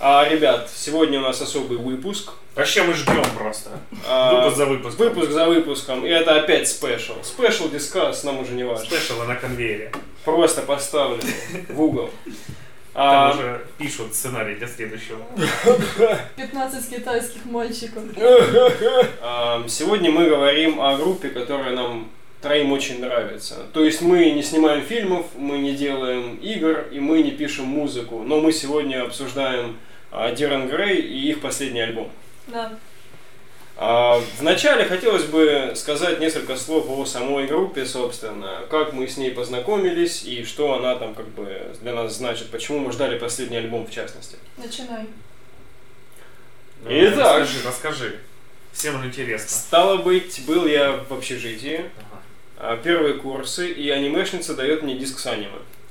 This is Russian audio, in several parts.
Ребят, сегодня у нас особый выпуск. Вообще мы ждем просто. Выпуск за выпуском. Выпуск за выпуском. И это опять спешл. Спешл дискасс, нам уже не важно. Спешл на конвейере. Просто поставлен в угол. Там уже пишут сценарий для следующего. 15 китайских мальчиков. Сегодня мы говорим о группе, которая нам троим очень нравится. То есть мы не снимаем фильмов, мы не делаем игр и мы не пишем музыку. Но мы сегодня обсуждаем Диран Грей и их последний альбом. Да. Вначале хотелось бы сказать несколько слов о самой группе, собственно, как мы с ней познакомились и что она там как бы для нас значит, почему мы ждали последний альбом в частности. Начинай. Итак, расскажи. Всем интересно. Стало быть, был я в общежитии, первые курсы, и анимешница дает мне диск с аниме.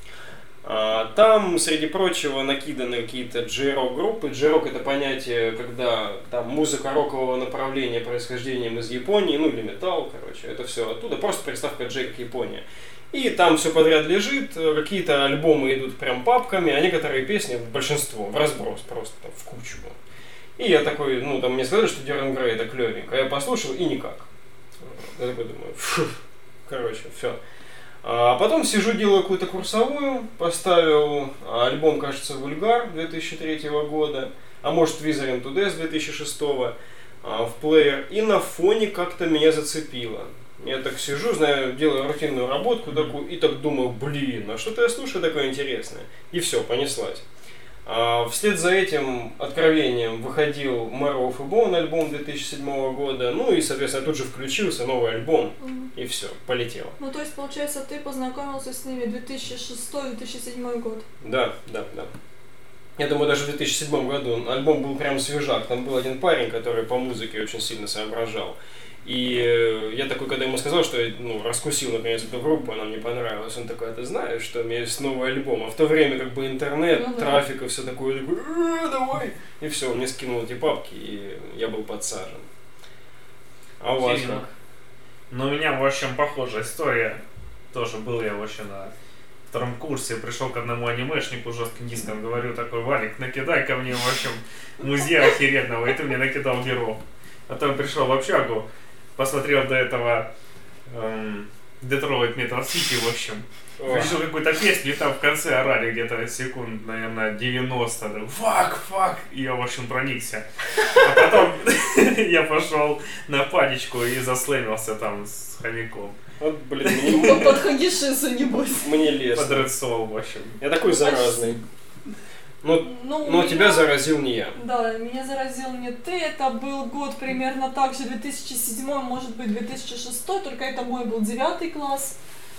Там, среди прочего, накиданы какие-то J-Rock группы. J-Rock — это понятие, когда там музыка рокового направления происхождением из Японии, ну или металл, короче, это все оттуда, просто приставка J как Япония. И там все подряд лежит, какие-то альбомы идут прям папками, а некоторые песни, большинство, в разброс, просто там, в кучу. И я такой, ну там мне сказали, что Диран Грей это клевенько, я послушал и никак. Я такой думаю, короче, все. А потом сижу, делаю какую-то курсовую, поставил альбом, кажется, «Вульгар» 2003 года, а может, «Withering to Death» 2006 в плеер, и на фоне как-то меня зацепило. Я так сижу, знаю, делаю рутинную работку такую, и так думаю, блин, а что-то я слушаю такое интересное. И все, понеслась. Вслед за этим откровением выходил Marrow of Bone альбом 2007 года, ну и, соответственно, тут же включился новый альбом, и все, полетело. Ну, то есть, получается, ты познакомился с ними 2006-2007 год? Да. Я думаю, даже в 2007 году альбом был прям свежак, там был один парень, который по музыке очень сильно соображал. И я такой, когда ему сказал, что я раскусил наконец эту группу, она мне понравилась, он такой, а ты знаешь, что у меня есть новый альбом? А в то время как бы интернет, трафик и все такое, я такой, давай! И все, он мне скинул эти папки, и я был подсажен. А у вас как? Ну, у меня, в общем, похожая история. Тоже был я, в общем, на втором курсе, пришел к одному анимешнику жестким диском, говорю такой, Валик, накидай ко мне, в общем, музея охеренного, и ты мне накидал геров. Потом пришел в общагу, посмотрел до этого Detroit Metal City, в общем. Решил какую-то песню, и там в конце орали где-то секунд, наверное, 90. Фак! И я, в общем, проникся. А потом я пошел на паничку и заслэмился там с хомяком. Вот, блин, Под хагишису, небось. Мне лестно. Под Red Soul, в общем. Я такой заразный. Но тебя заразил не я. Да, меня заразил не ты, это был год примерно так же, 2007, может быть 2006, только это мой был 9 класс.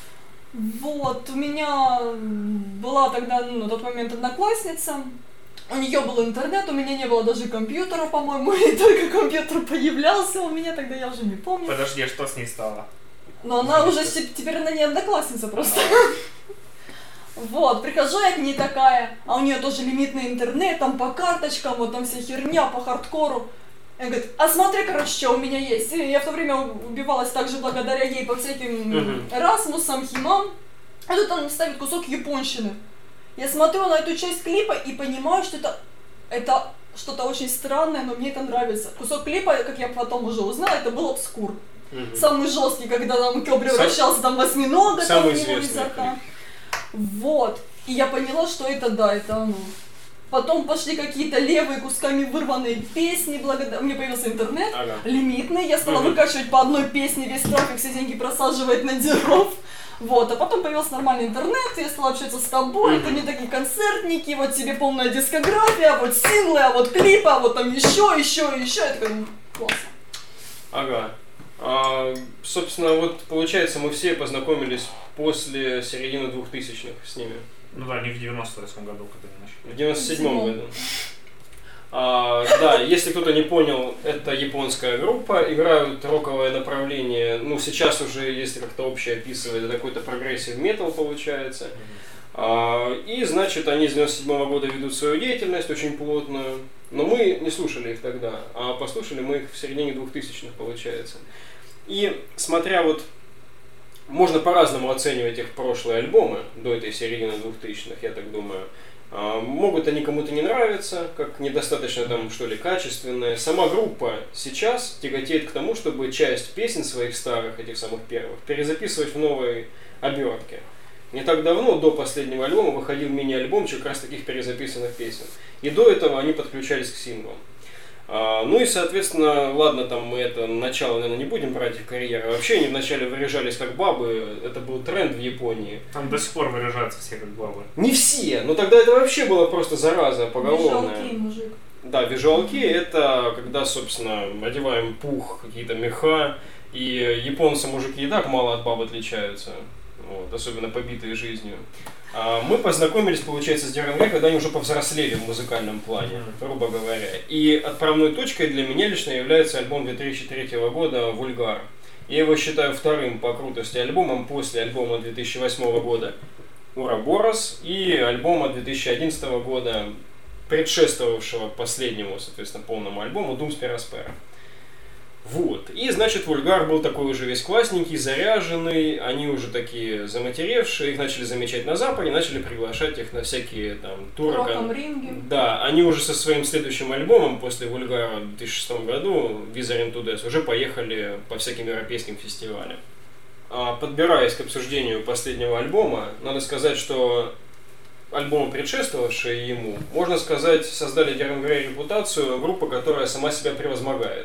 Вот, у меня была тогда, на тот момент одноклассница, у нее был интернет, у меня не было даже компьютера, по-моему, и только компьютер появлялся у меня, тогда я уже не помню. Подожди, а что с ней стало? Но она уже, теперь она не одноклассница просто. Вот, прихожу я к ней такая, а у нее тоже лимитный интернет, там по карточкам, вот там вся херня по хардкору. Она говорит, а смотри, короче, что у меня есть. И я в то время убивалась также благодаря ей по всяким Расмусам, Химам. А тут она ставит кусок японщины. Я смотрю на эту часть клипа и понимаю, что это что-то очень странное, но мне это нравится. Кусок клипа, как я потом уже узнала, это был обскур. Самый жесткий, когда там Кё превращался там в осьминога, там у него изо рта. Вот. И я поняла, что это это оно. Потом пошли какие-то левые кусками вырванные песни, мне появился интернет, лимитный, я стала выкачивать по одной песне весь трафик, все деньги просаживать на деров. Вот, а потом появился нормальный интернет, я стала общаться с тобой, это не такие концертники, вот тебе полная дискография, вот синглы, а вот клипы, а вот там еще, я такая, классно. Ага. Собственно, вот получается, мы все познакомились после середины 2000-х с ними. Ну да, не в 98 году, когда они начали. В 97 году. Да, если кто-то не понял, это японская группа, играют роковое направление, ну сейчас уже, если как-то общее описывать, это какой-то прогрессив метал получается. И значит, они с 97 года ведут свою деятельность очень плотную, но мы не слушали их тогда, а послушали мы их в середине 2000-х получается. И смотря вот, можно по-разному оценивать их прошлые альбомы до этой середины 2000-х, я так думаю. Могут они кому-то не нравиться, как недостаточно там, что ли, качественные. Сама группа сейчас тяготеет к тому, чтобы часть песен своих старых, этих самых первых, перезаписывать в новой обертке. Не так давно, до последнего альбома, выходил мини-альбомчик как раз таких перезаписанных песен. И до этого они подключались к синглам. Ну и, соответственно, ладно, там мы это начало, наверное, не будем брать их карьеры. Вообще они вначале выряжались как бабы, это был тренд в Японии. Там до сих пор выряжаются все как бабы. Не все, но тогда это вообще было просто зараза поголовная. Визуал-кей, мужик. Да, визуал-кей это когда, собственно, одеваем пух, какие-то меха, и японцы мужики и так мало от баб отличаются, вот, особенно побитые жизнью. Мы познакомились, получается, с Дерн Грей, когда они уже повзрослели в музыкальном плане, грубо говоря. И отправной точкой для меня лично является альбом 2003 года «Вульгар». Я его считаю вторым по крутости альбомом после альбома 2008 года «Уроборос» и альбома 2011 года, предшествовавшего последнему, соответственно, полному альбому «Doom Spera». Вот. И, значит, «Вульгар» был такой уже весь классненький, заряженный, они уже такие заматеревшие, их начали замечать на Западе, начали приглашать их на всякие там туры. Рок-н-ринги. Да, они уже со своим следующим альбомом после «Вульгара» в 2006 году, «Wizard into Death», уже поехали по всяким европейским фестивалям. Подбираясь к обсуждению последнего альбома, надо сказать, что альбомы, предшествовавшие ему, можно сказать, создали Дерн Грей репутацию группы, которая сама себя превозмогает.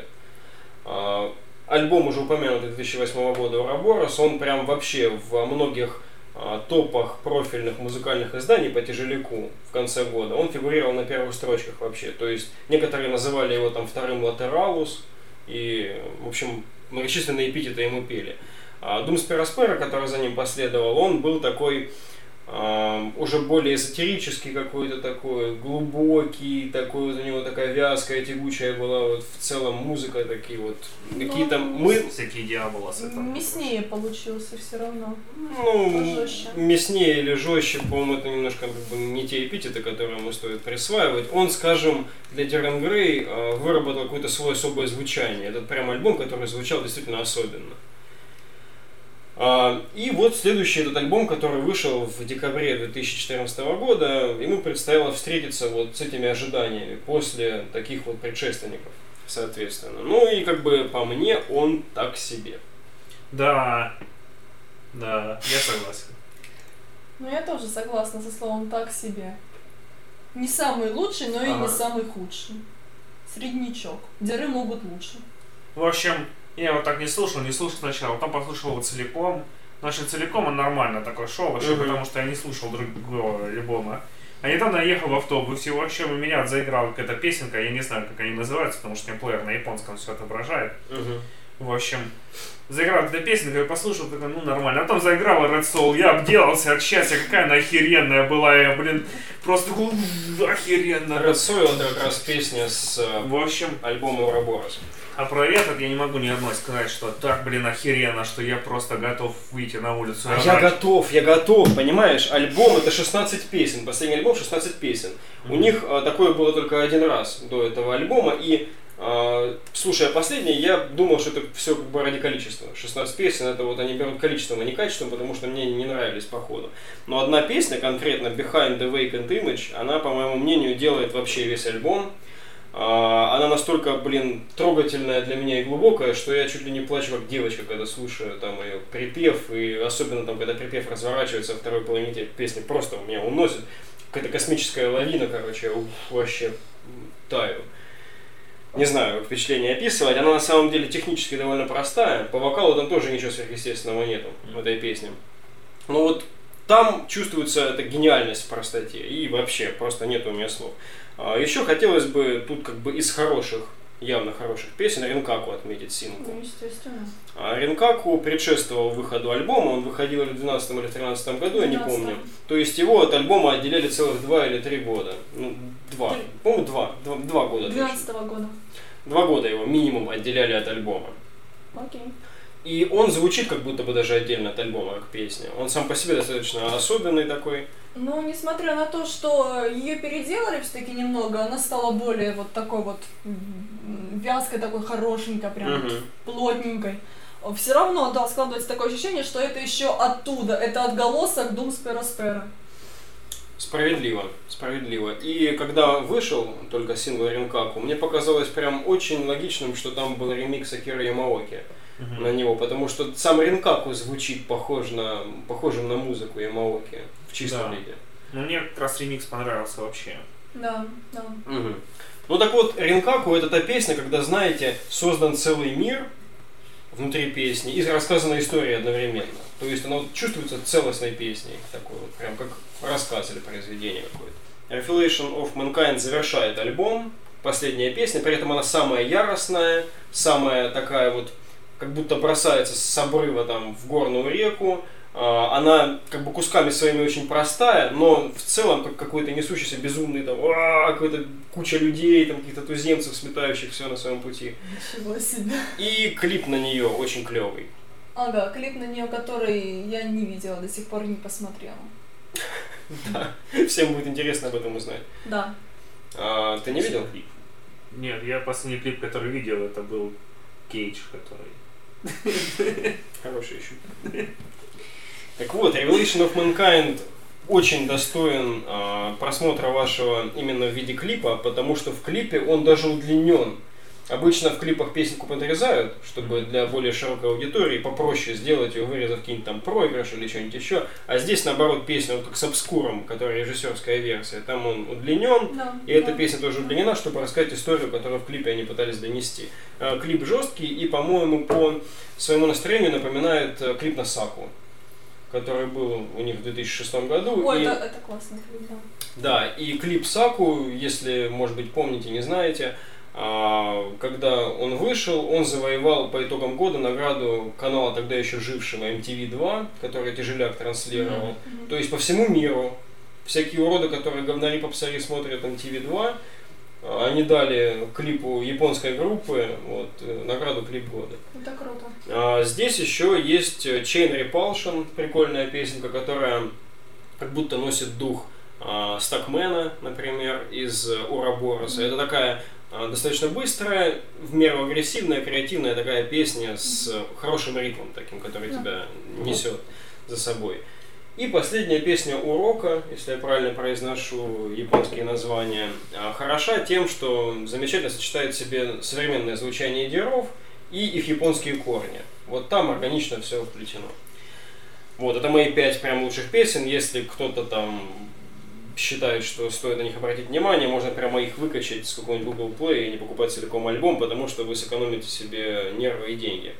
Альбом, уже упомянутый 2008 года «Уроборос», он прям вообще во многих топах профильных музыкальных изданий по тяжеляку в конце года. Он фигурировал на первых строчках вообще. То есть некоторые называли его там вторым «Латералус», и, в общем, многочисленные эпитеты ему пели. «Doom Spera», который за ним последовал, он был такой уже более эзотерический какой-то такой, глубокий, такой вот у него такая вязкая, тягучая была вот в целом музыка, такие вот какие-то всякие диаболосы. Мяснее получился все равно. Ну, мяснее или жестче, по-моему, это немножко как бы не те эпитеты, которые ему стоит присваивать. Он, скажем, для Дерн Грей выработал какое-то свое особое звучание. Этот прям альбом, который звучал действительно особенно. И вот следующий этот альбом, который вышел в декабре 2014 года, ему предстояло встретиться вот с этими ожиданиями после таких вот предшественников, соответственно. Ну и как бы по мне он так себе. Да, я согласен. Ну я тоже согласна со словом «так себе». Не самый лучший, но и не самый худший. Среднячок. Деры могут лучше. В общем, я его так не слушал сначала, потом послушал его целиком. Значит, целиком он нормально такой шел, вообще, потому что я не слушал другого альбома. А недавно я ехал в автобусе, в общем, у меня заиграла какая-то песенка, я не знаю, как они называются, потому что у меня плеер на японском все отображает. В общем, заиграла эта песенка, я послушал, такой, ну нормально. А потом заиграла Red Soul, я обделался от счастья, какая она охеренная была, я, блин, просто охеренно. Red Soul это как раз песня с альбома «Уроборос». А про этот я не могу ни одной сказать, что так, блин, охеренно, что я просто готов выйти на улицу. Я готов, понимаешь? Альбом это 16 песен, последний альбом 16 песен. У них такое было только один раз до этого альбома, и слушая последний, я думал, что это все как бы ради количества. 16 песен, это вот они берут количеством, а не качеством, потому что мне не нравились по ходу. Но одна песня, конкретно Behind the Vacant Image, она, по моему мнению, делает вообще весь альбом. Она настолько, блин, трогательная для меня и глубокая, что я чуть ли не плачу как девочка, когда слушаю там ее припев, и особенно там, когда припев разворачивается во второй половине песни, просто меня уносит. Какая-то космическая лавина, короче, вообще таю. Не знаю, впечатление описывать. Она на самом деле технически довольно простая. По вокалу там тоже ничего сверхъестественного нету в этой песне. Но вот там чувствуется эта гениальность в простоте. И вообще просто нет у меня слов. Еще хотелось бы тут как бы из хороших, явно хороших песен Ринкаку отметить синглу. Ну, естественно. Ринкаку предшествовал выходу альбома, он выходил в 2012 или 2013 году, я не помню. То есть его от альбома отделяли целых 2 или 3 года. Ну, 2. По-моему, 2 года. 2012 года. 2 года его минимум отделяли от альбома. Окей. И он звучит как будто бы даже отдельно от альбома, как песня. Он сам по себе достаточно особенный такой. Ну, несмотря на то, что ее переделали все-таки немного, она стала более вот такой вот вязкой, такой хорошенькой, прям плотненькой. Все равно, да, складывается такое ощущение, что это еще оттуда, это отголосок Doom Spera. Справедливо. И когда вышел только сингл Ринкаку, мне показалось прям очень логичным, что там был ремикс Акиры Ямаоки на него, потому что сам Ринкаку звучит похожим на музыку Ямаоки в чистом виде. Ну, мне как раз ремикс понравился вообще. Да. Угу. Ну так вот, Ринкаку — это та песня, когда, знаете, создан целый мир внутри песни и рассказана история одновременно. То есть она вот чувствуется целостной песней, такой вот, прям как рассказ или произведение какое-то. Revelation of Mankind завершает альбом, последняя песня, при этом она самая яростная, самая такая вот, как будто бросается с обрыва там в горную реку. Она как бы кусками своими очень простая, но в целом как какой-то несущийся безумный там, какая-то куча людей, там каких-то туземцев, сметающих все на своем пути. Ничего себе. И клип на нее очень клевый. Ага, клип на нее, который я не видела, до сих пор не посмотрела. Да, всем будет интересно об этом узнать. Да. Ты не видел? Нет, я последний клип, который видел, это был Кейдж, который... Хороший еще. Так вот, Revelation of Mankind очень достоин просмотра вашего именно в виде клипа, потому что в клипе он даже удлинен. Обычно в клипах песенку подрезают, чтобы для более широкой аудитории попроще сделать ее, вырезав какие-нибудь там проигрыши или что-нибудь еще. А здесь, наоборот, песня вот как с обскуром, которая режиссерская версия. Там он удлинен, и эта песня тоже удлинена, чтобы рассказать историю, которую в клипе они пытались донести. Клип жесткий и, по-моему, по своему настроению напоминает клип на Саку, который был у них в 2006 году. Ой, это классный клип, да. Да, и клип Саку, если, может быть, помните, не знаете, когда он вышел, он завоевал по итогам года награду канала тогда еще жившего MTV2, который Тяжеляк транслировал. То есть по всему миру всякие уроды, которые говнари попсари смотрят MTV2, они дали клипу японской группы вот, награду клип года. Это круто. Здесь еще есть Chain Repulsion, прикольная песенка, которая как будто носит дух Стакмена, например, из Урабороса. Это такая достаточно быстрая, в меру агрессивная, креативная такая песня с хорошим ритмом таким, который тебя несет за собой. И последняя песня Урока, если я правильно произношу японские названия, хороша тем, что замечательно сочетает в себе современное звучание деров и их японские корни. Вот там органично все вплетено. Вот, это мои 5 прям лучших песен. Если кто-то там считает, что стоит на них обратить внимание, можно прямо их выкачать с какого-нибудь Google Play и не покупать целиком альбом, потому что вы сэкономите себе нервы и деньги.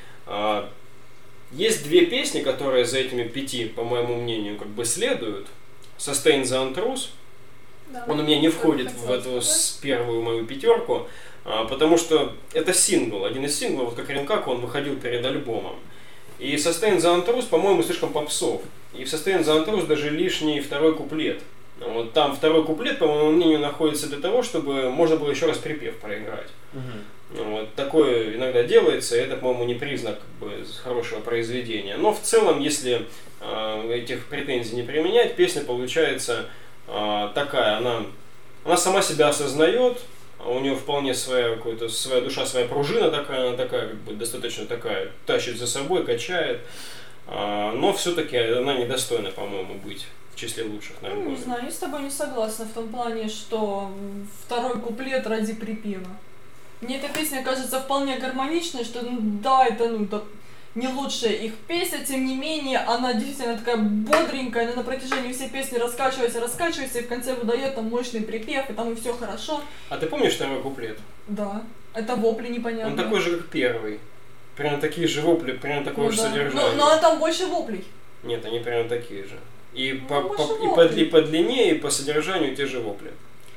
Есть 2 песни, которые за этими 5, по моему мнению, как бы следуют. Sustain the Untruth. Да, он у меня не входит в эту первую мою 5, потому что это сингл, один из синглов, вот как Ринкаку, он выходил перед альбомом. И Sustain the Untruth, по-моему, слишком попсов. И в Sustain the Untruth даже лишний 2-й куплет. Вот там 2-й куплет, по моему мнению, находится для того, чтобы можно было еще раз припев проиграть. Вот такое иногда делается, и это, по-моему, не признак как бы хорошего произведения. Но в целом, если этих претензий не применять, песня получается такая, она сама себя осознает, у нее вполне своя душа, своя пружина такая, она такая, как бы достаточно такая, тащит за собой, качает, но все-таки она недостойна, по-моему, быть в числе лучших на альбоме. Не знаю, я с тобой не согласна в том плане, что 2-й куплет ради припева. Мне эта песня кажется вполне гармоничной, что да, это не лучшая их песня, тем не менее, она действительно такая бодренькая, она на протяжении всей песни раскачивается, и в конце выдает там мощный припев, и там и все хорошо. А ты помнишь 2-й куплет? Да, это вопли непонятные. Он такой же, как 1-й. Прямо такие же вопли, прямо такое же содержание. Но там больше воплей. Нет, они прямо такие же. И по длине, и по содержанию те же вопли.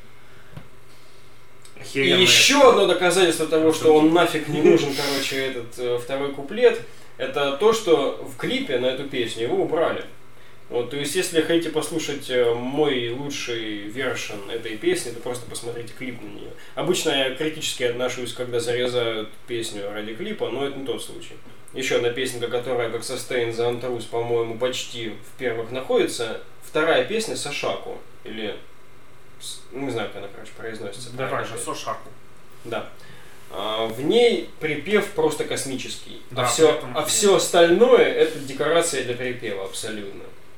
И еще одно доказательство того, что он нафиг не нужен, короче, этот 2-й куплет, это то, что в клипе на эту песню его убрали. Вот, то есть, если хотите послушать мой лучший вершин этой песни, то просто посмотрите клип на нее. Обычно я критически отношусь, когда зарезают песню ради клипа, но это не тот случай. Еще одна песенка, которая, как Sustain the Untruth, по-моему, почти в первых находится. 2-я песня Сашаку, или... не знаю, как она, короче, произносится. Давай же, Сошаку. Да. В ней припев просто космический. Да, а все остальное это декорация для припева абсолютно.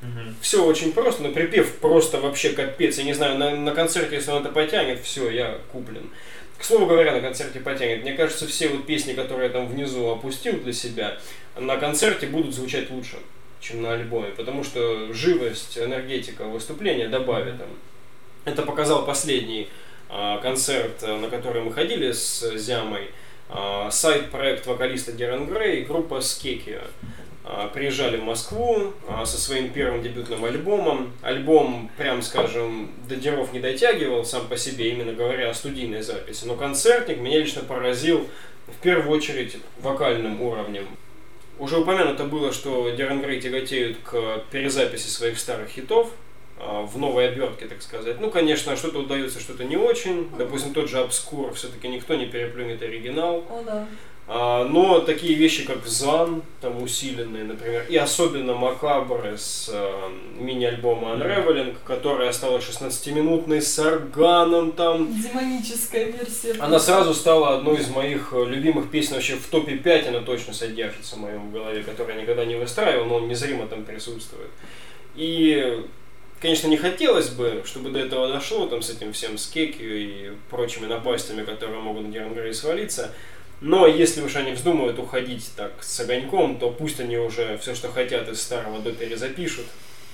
Все очень просто, но припев просто вообще капец. Я не знаю, на концерте, если он это потянет, все, я куплен. К слову говоря, на концерте потянет. Мне кажется, все вот песни, которые я там внизу опустил для себя, на концерте будут звучать лучше, чем на альбоме. Потому что живость, энергетика выступления добавит им. Это показал последний концерт, на который мы ходили с Зямой. Сайт-проект вокалиста Дерен Грей и группа Скекио. Приезжали в Москву со своим первым дебютным альбомом. Альбом, прям скажем, до деров не дотягивал сам по себе, именно говоря о студийной записи. Но концертник меня лично поразил в первую очередь вокальным уровнем. Уже упомянуто было, что Дерен Грей тяготеют к перезаписи своих старых хитов в новой обертке, так сказать. Ну, конечно, что-то удается, что-то не очень. Допустим, тот же Obscure, все-таки никто не переплюнет оригинал. О, да. Но такие вещи, как Зан, там усиленные, например, и особенно Макабры с мини-альбома Unraveling, которая стала 16-минутной с органом там. Демоническая версия. Она сразу стала одной из моих любимых песен, вообще в топе 5 она точно содержится в моем голове, которую я никогда не выстраивал, но он незримо там присутствует. И, конечно, не хотелось бы, чтобы до этого дошло, там, с этим всем Скекио и прочими напастями, которые могут на Дерен Грей свалиться. Но если уж они вздумают уходить так с огоньком, то пусть они уже все, что хотят из старого до перезапишут.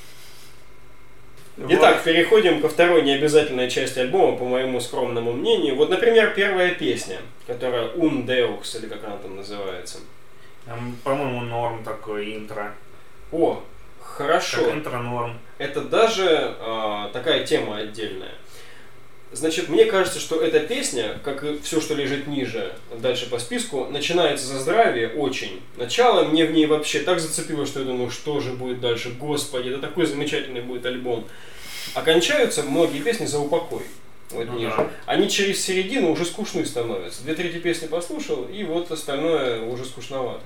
Итак, переходим ко второй необязательной части альбома, по моему скромному мнению. Вот, например, первая песня, которая Un Deux, или как она там называется. По-моему, норм такой интро. О, хорошо. Как интро норм. Это даже такая тема отдельная. Значит, мне кажется, что эта песня, как и все, что лежит ниже, дальше по списку, начинается за здравие очень. Начало мне в ней вообще так зацепило, что я думаю, что же будет дальше, господи, это такой замечательный будет альбом. Окончаются многие песни за упокой. Вот ниже. Да. Они через середину уже скучны становятся. 2/3 песни послушал, и вот остальное уже скучновато.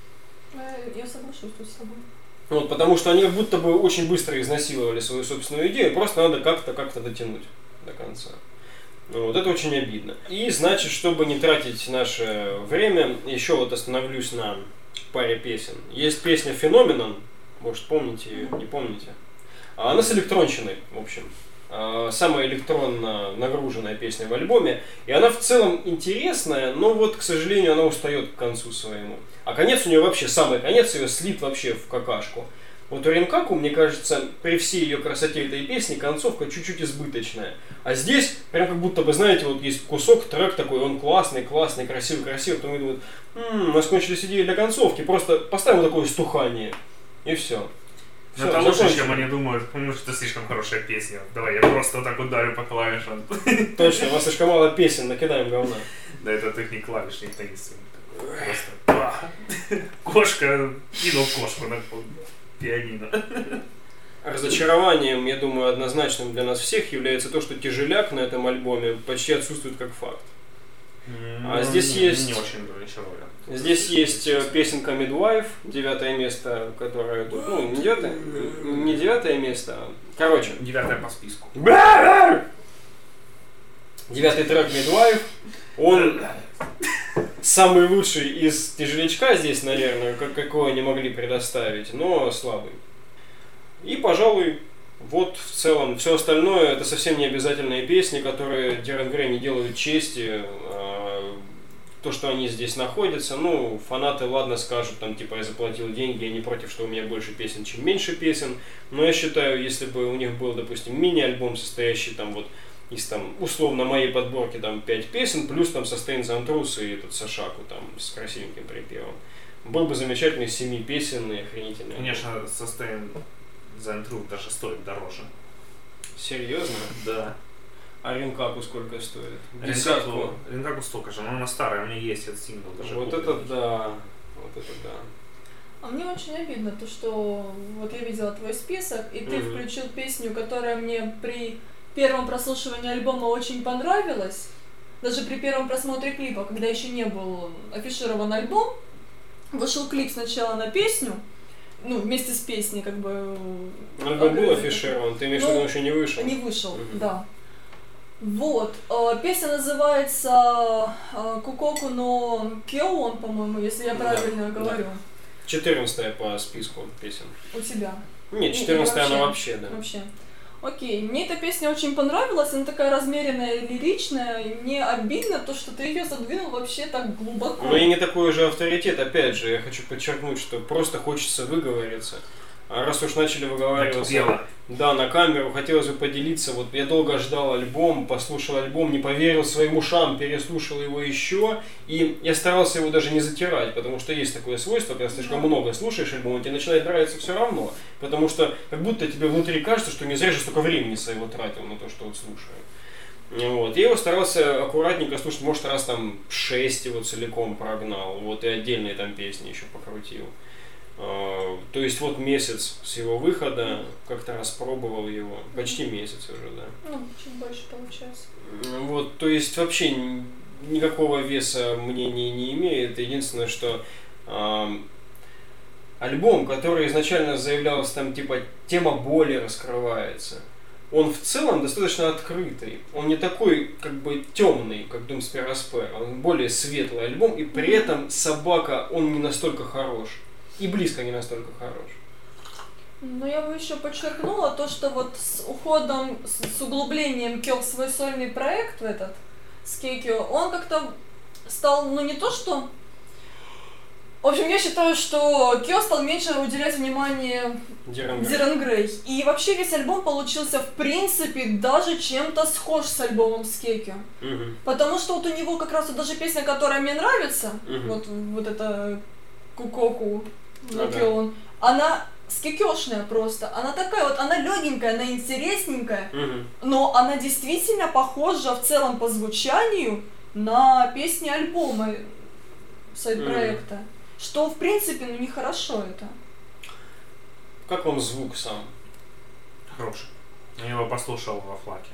Я соглашусь тут с тобой. Вот, потому что они как будто бы очень быстро изнасиловали свою собственную идею, просто надо как-то дотянуть до конца. Вот это очень обидно. И значит, чтобы не тратить наше время, еще вот остановлюсь на паре песен. Есть песня «Феноменон», может помните ее, не помните. Она с электронщиной, в общем. Самая электронно нагруженная песня в альбоме. И она в целом интересная, но вот, к сожалению, она устает к концу своему. А конец у нее вообще, самый конец ее слит вообще в какашку. Вот у Ринкаку, мне кажется, при всей ее красоте этой песни концовка чуть-чуть избыточная. А здесь прям как будто бы, знаете, вот есть кусок, трек такой, он классный, красивый. Потом они думают, у нас кончились идеи для концовки, просто поставим такое стухание. И все. Но это лучше, чем они думают, потому что это слишком хорошая песня. Давай, я просто вот так ударю по клавишам. Точно, у вас слишком мало песен, накидаем говна. Да это ты не клавиш, не таинственный. Просто кошка, кинул кошку на пианино. Разочарованием, я думаю, однозначным для нас всех является то, что тяжеляк на этом альбоме почти отсутствует как факт. А здесь есть... Не очень разочарован. Здесь есть песенка Midwife, 9 место, которая тут, ну, не 9 место, а... Короче. 9 по списку. 9 трек Midwife, он самый лучший из тяжелячка здесь, наверное, какой они могли предоставить, но слабый. И, пожалуй, вот в целом все остальное это совсем не обязательные песни, которые Дерен Грей не делают чести. То, что они здесь находятся, ну, фанаты, ладно, скажут, там, типа, я заплатил деньги, я не против, что у меня больше песен, чем меньше песен, но я считаю, если бы у них был, допустим, мини-альбом, состоящий, там, вот, из, там, условно, моей подборки, там, 5 песен, плюс, там, Sustain the Untrue и этот Сашаку, там, с красивеньким припевом, был бы замечательный 7 песен и охренительный. Конечно, Sustain the Untrue даже стоит дороже. Серьезно? Да. А Ринкаку сколько стоит? Ринкаку столько же, но она старая, у меня есть этот сингл даже. Вот это да, вот это да. А мне очень обидно то, что вот я видела твой список, и ты включил песню, которая мне при первом прослушивании альбома очень понравилась. Даже при первом просмотре клипа, когда еще не был афиширован альбом, вышел клип сначала на песню, ну, вместе с песней, как бы... Альбом был афиширован, ты имеешь в виду, он еще не вышел? Не вышел, да. Вот, песня называется Кукоку но Кёон, по-моему, если я правильно говорю. 14-я по списку песен. У тебя. Нет, 14-я она вообще, да. Вообще. Окей, мне эта песня очень понравилась, она такая размеренная, лиричная, и мне обидно то, что ты ее задвинул вообще так глубоко. Но я не такой уже авторитет, опять же, я хочу подчеркнуть, что просто хочется выговориться. А раз уж начали выговариваться, да, на камеру, хотелось бы поделиться. Вот я долго ждал альбом, послушал альбом, не поверил своим ушам, переслушал его еще. И я старался его даже не затирать, потому что есть такое свойство, когда слишком много слушаешь альбом, тебе начинает нравиться все равно. Потому что как будто тебе внутри кажется, что не зря же столько времени своего тратил на то, что вот слушаю. Вот. Я его старался аккуратненько слушать, может, раз там 6 его целиком прогнал, вот, и отдельные там песни еще покрутил. То есть вот месяц с его выхода, как-то распробовал его, почти месяц уже, да. Ну, чуть больше получается. Вот, то есть вообще никакого веса мнения не имеет. Единственное, что альбом, который изначально заявлялся там типа тема боли раскрывается, он в целом достаточно открытый. Он не такой как бы темный, как Doomspell Asper. Он более светлый альбом, и при этом собака, он не настолько хорош. И близко не настолько хорош. Но я бы еще подчеркнула то, что вот с уходом, с углублением Кё в свой сольный проект в этот, с Кейкио, он как-то стал, ну не то что... В общем, я считаю, что Кё стал меньше уделять внимание Диран Грей. И вообще весь альбом получился, в принципе, даже чем-то схож с альбомом с Кейкио. Потому что вот у него как раз вот даже песня, которая мне нравится, вот эта Кукоку, она скикёшная просто. Она такая вот, она легенькая, она интересненькая, но она действительно похожа в целом по звучанию на песни альбома сайд-проекта. Что, в принципе, ну нехорошо это. Как вам звук сам? Хороший. Я его послушал во флаке.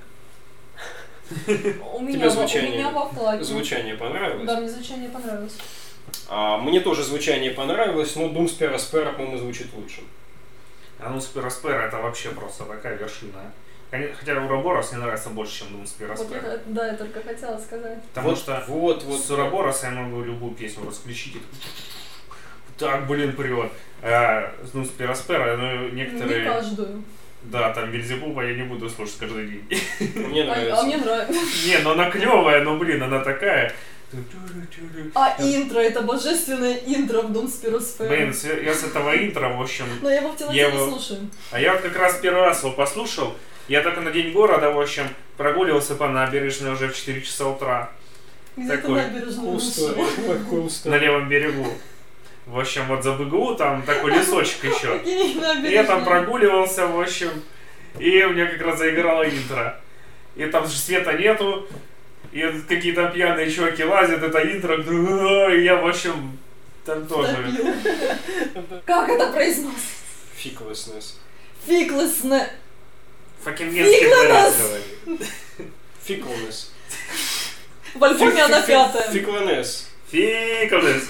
У меня во флаке. Звучание понравилось? Да, мне звучание понравилось. Мне тоже звучание понравилось, но Doomspell Asper, по-моему, звучит лучше. А Doomspell Asper это вообще просто такая вершина. Хотя Ouroboros мне нравится больше, чем Doomspell Asper. Да, я только хотела сказать. Потому что с Ouroboros я могу любую песню расключить. Так, блин, прет. С Doomspell Asper, ну, некоторые... Не каждую. Да, там Бельзебуба я не буду слушать каждый день. Мне нравится. А мне нравится. Не, ну она клевая, но, блин, она такая... А интро, это божественное интро в Doomspell Asper. Блин, я с этого интро, в общем... Но я его в темноте не слушаю. А я вот как раз первый раз его послушал. Я только на День города, в общем, прогуливался по набережной уже в 4 часа утра. Где ты набережную нашел? На левом берегу. В общем, вот за БГУ там такой лесочек еще. И я там прогуливался, в общем, и у меня как раз заиграло интро. И там же света нету, и какие-то пьяные чуваки лазят, это интро, и я, в общем, там тоже... Как это произносится? Фиклеснес. Фиклеснес. Факингенский дворец говорит. Фиклнес. В альбоме она пятая. Фикленес. Фиклнес.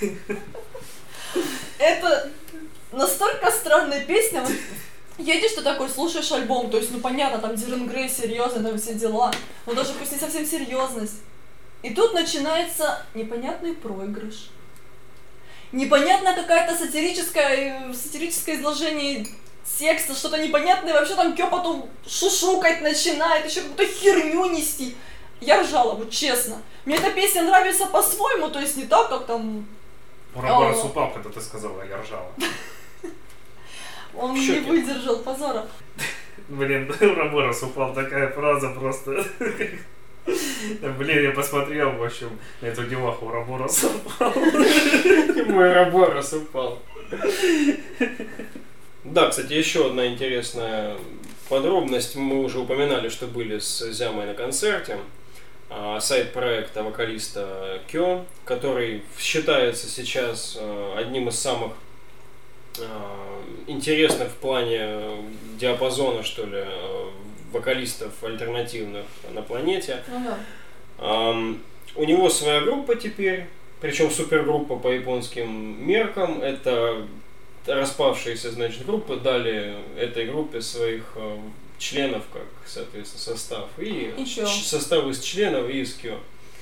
Это настолько странная песня. Вот едешь ты такой, слушаешь альбом, то есть, ну понятно, там Диран Грей серьезно, там все дела, но даже пусть не совсем серьезность. И тут начинается непонятный проигрыш. Непонятно какая-то сатирическое изложение текста, что-то непонятное, вообще там Кё потом шушукать начинает, еще какую-то херню нести. Я ржала, вот честно. Мне эта песня нравится по-своему, то есть не так, как там... Ouroboros упал, когда ты сказала, я ржала. Он не выдержал позора. Блин, Ouroboros упал, такая фраза просто... Блин, я посмотрел, в общем, на эту деваху Ouroboros упал. Мой Ouroboros упал. Да, кстати, еще одна интересная подробность. Мы уже упоминали, что были с Зямой на концерте. Сайт проекта вокалиста Кё, который считается сейчас одним из самых интересных в плане диапазона, что ли, вокалистов альтернативных на планете. У него своя группа теперь, причем супергруппа по японским меркам. Это распавшиеся, значит, группы дали этой группе своих членов, как, соответственно, состав. И состав из членов и из Кё.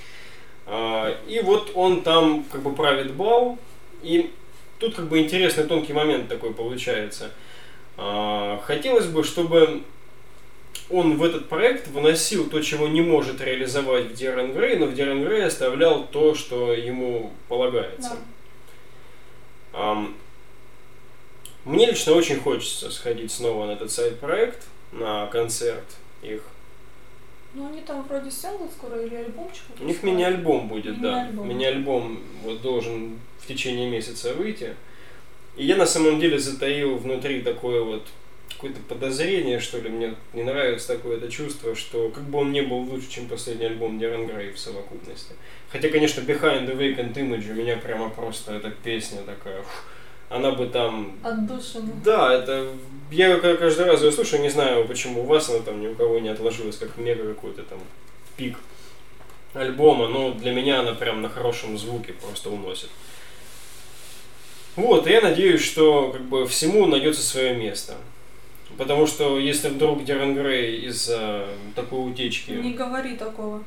И вот он там как бы правит бал. И тут как бы интересный тонкий момент такой получается. Хотелось бы, чтобы он в этот проект вносил то, чего не может реализовать в Darian Gray, но в Darian Gray оставлял то, что ему полагается. Да. Мне лично очень хочется сходить снова на этот сайт-проект, на концерт их. Ну они там вроде сингл скоро или альбомчик? У них мини-альбом будет, да. Мини-альбом. Мини-альбом вот должен в течение месяца выйти. И я на самом деле затаил внутри такое вот какое-то подозрение, что ли, мне не нравится такое это чувство, что как бы он не был лучше, чем последний альбом Darian Gray в совокупности. Хотя, конечно, Behind the Vacant Image у меня прямо просто эта песня такая, она бы там... Отдушина. Да, это... Я каждый раз ее слушаю, не знаю, почему у вас она там ни у кого не отложилась, как мега какой-то там пик альбома, но для меня она прям на хорошем звуке просто уносит. Вот, и я надеюсь, что как бы всему найдется свое место. Потому что если вдруг Darian Gray из-за такой утечки... Не говори такого.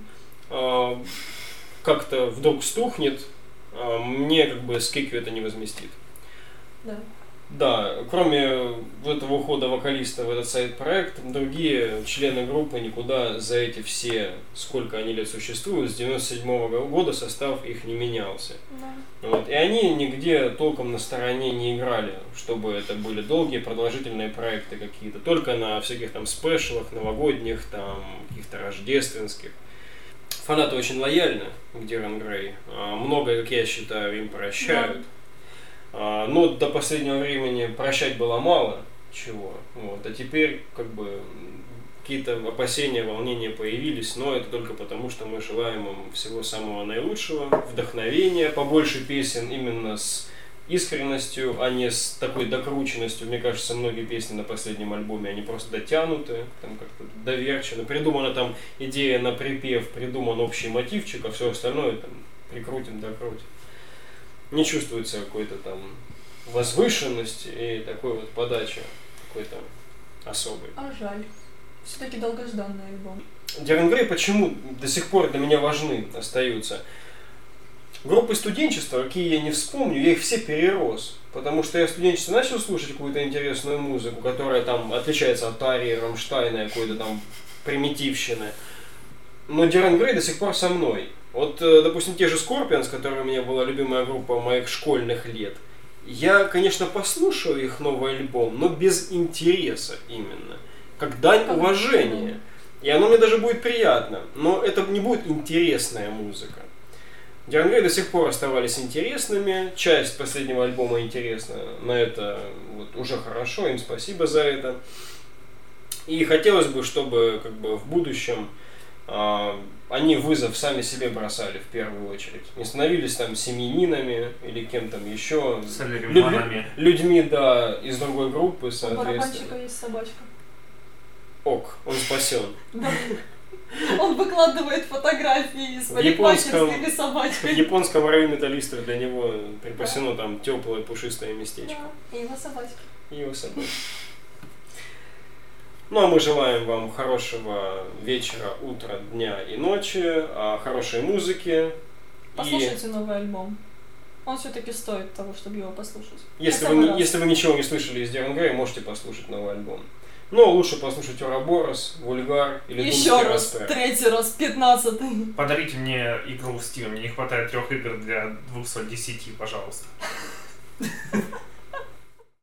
Как-то вдруг стухнет, мне как бы Скикью это не возместит. Да. Да, кроме этого ухода вокалиста в этот сайт-проект, другие члены группы никуда за эти все, сколько они лет существуют, с 97-го года состав их не менялся. Да. Вот. И они нигде толком на стороне не играли, чтобы это были долгие продолжительные проекты какие-то, только на всяких там спешлах, новогодних, там, каких-то рождественских. Фанаты очень лояльны к Darian Gray, многое, как я считаю, им прощают. Да. Но до последнего времени прощать было мало чего. Вот. А теперь как бы какие-то опасения, волнения появились, но это только потому, что мы желаем им всего самого наилучшего, вдохновения, побольше песен именно с искренностью, а не с такой докрученностью. Мне кажется, многие песни на последнем альбоме, они просто дотянуты, там как-то доверчено. Придумана там идея на припев, придуман общий мотивчик, а все остальное там прикрутим, докрутим. Не чувствуется какой-то там возвышенности и такой вот подачи какой-то особой. А жаль. Все-таки долгожданный альбом. Darian Gray почему до сих пор для меня важны остаются? Группы студенчества, какие я не вспомню, я их все перерос. Потому что я в студенчестве начал слушать какую-то интересную музыку, которая там отличается от Арии, Рамштайна, какой-то там примитивщины. Но Darian Gray до сих пор со мной. Вот, допустим, те же Scorpions, которые у меня была любимая группа моих школьных лет. Я, конечно, послушаю их новый альбом, но без интереса именно. Как дань уважения. И оно мне даже будет приятно. Но это не будет интересная музыка. Darian Gray до сих пор оставались интересными. Часть последнего альбома интересна. На это вот, уже хорошо. Им спасибо за это. И хотелось бы, чтобы как бы, в будущем они вызов сами себе бросали в первую очередь. Не становились там семьянинами или кем-то еще. Людьми, да, из другой группы, соответственно. У барабанщика есть собачка. Ок, он спасен. Он выкладывает фотографии с парикмахерской или собачкой. В японском районе-металлиста для него припасено там теплое пушистое местечко. Да, и его собачка. И его собачка. Ну а мы желаем вам хорошего вечера, утра, дня и ночи, хорошей музыки. Послушайте новый альбом. Он все-таки стоит того, чтобы его послушать. Если вы ничего не слышали из Darian Gray, можете послушать новый альбом. Но лучше послушать Ouroboros, Вульгар или еще раз, третий раз, 15-й. Подарите мне игру в Steam, мне не хватает 3 игр для 210, пожалуйста.